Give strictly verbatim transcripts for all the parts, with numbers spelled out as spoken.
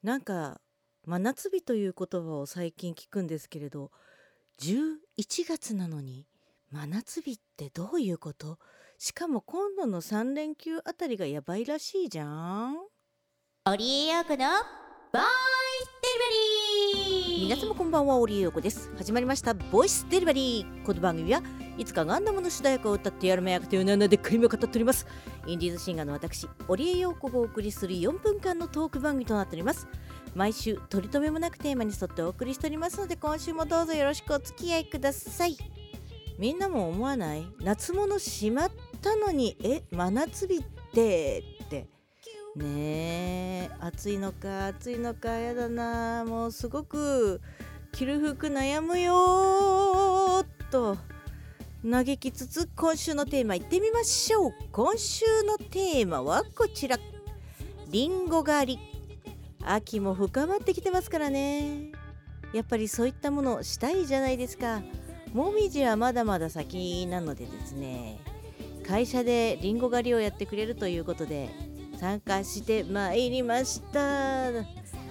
なんか真夏日という言葉を最近聞くんですけれど、じゅういちがつなのに真夏日ってどういうこと？しかも今度のさん連休あたりがやばいらしいじゃん。 オリエヨーコのボイスデリバリー。 皆様こんばんは、オリエヨーコです。始まりましたボイスデリバリー。この番組はいつかガンダムの主題歌を歌ってやるめやくというななでっかい夢を語っております。インディーズシンガーの私オリエヨーコがお送りするよんぷんかんのトーク番組となっております。毎週取り留めもなくテーマに沿ってお送りしておりますので、今週もどうぞよろしくお付き合いください。みんなも思わない？夏物しまったのにえ真夏日ってってねえ、暑いのか暑いのかやだな、もうすごく着る服悩むよーっと嘆きつつ、今週のテーマいってみましょう。今週のテーマはこちら、リンゴ狩り。秋も深まってきてますからね。やっぱりそういったものしたいじゃないですか。もみじはまだまだ先なのでですね、会社でリンゴ狩りをやってくれるということで参加してまいりました。い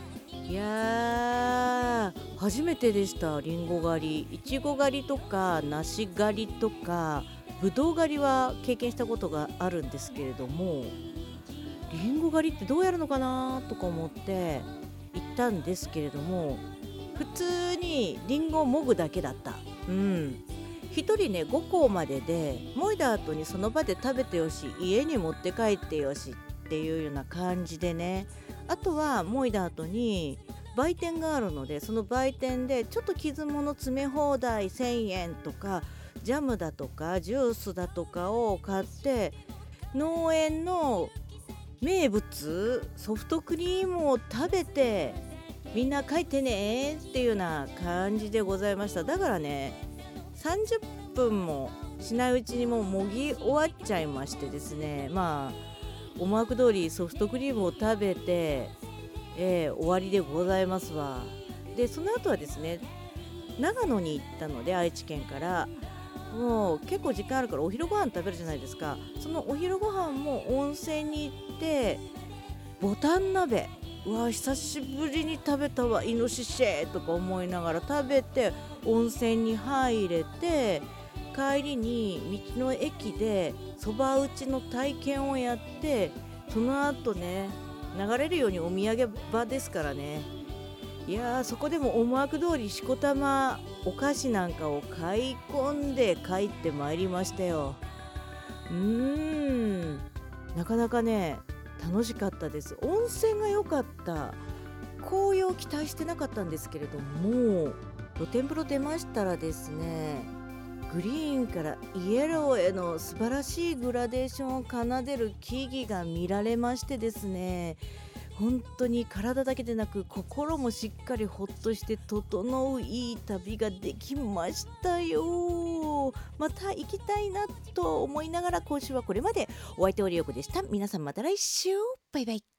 やー初めてでした。リンゴ狩り、いちご狩りとか梨狩りとかぶどう狩りは経験したことがあるんですけれども、リンゴ狩りってどうやるのかなとか思って行ったんですけれども、普通にリンゴをもぐだけだった。うんひとりねごこまでで、もいだ後にその場で食べてよし、家に持って帰ってよしっていうような感じでね、あとはもいだ後に売店があるので、その売店でちょっと傷物詰め放題せんえんとか、ジャムだとかジュースだとかを買って、農園の名物ソフトクリームを食べてみんな帰ってねっていうような感じでございました。だからねさんじゅっぷんもしないうちにもうもぎ終わっちゃいましてですね、まあ思惑通りソフトクリームを食べて、えー終わりでございますわ。でその後はですね、長野に行ったので、愛知県からもう結構時間あるからお昼ご飯食べるじゃないですか。そのお昼ご飯も温泉に行って、ボタン鍋、うわ久しぶりに食べたわ、イノシシとか思いながら食べて、温泉に入れて、帰りに道の駅でそば打ちの体験をやって、その後ね流れるようにお土産場ですからね、いやーそこでも思惑通りしこたまお菓子なんかを買い込んで帰ってまいりましたよ。うーんなかなかね楽しかったです。温泉が良かった。紅葉期待してなかったんですけれども、露天風呂出ましたらですね、グリーンからイエローへの素晴らしいグラデーションを奏でる木々が見られましてですね、本当に体だけでなく心もしっかりほっとして整ういい旅ができましたよ。また行きたいなと思いながら、今週はこれまで。お相手オリオコでした。皆さんまた来週、バイバイ。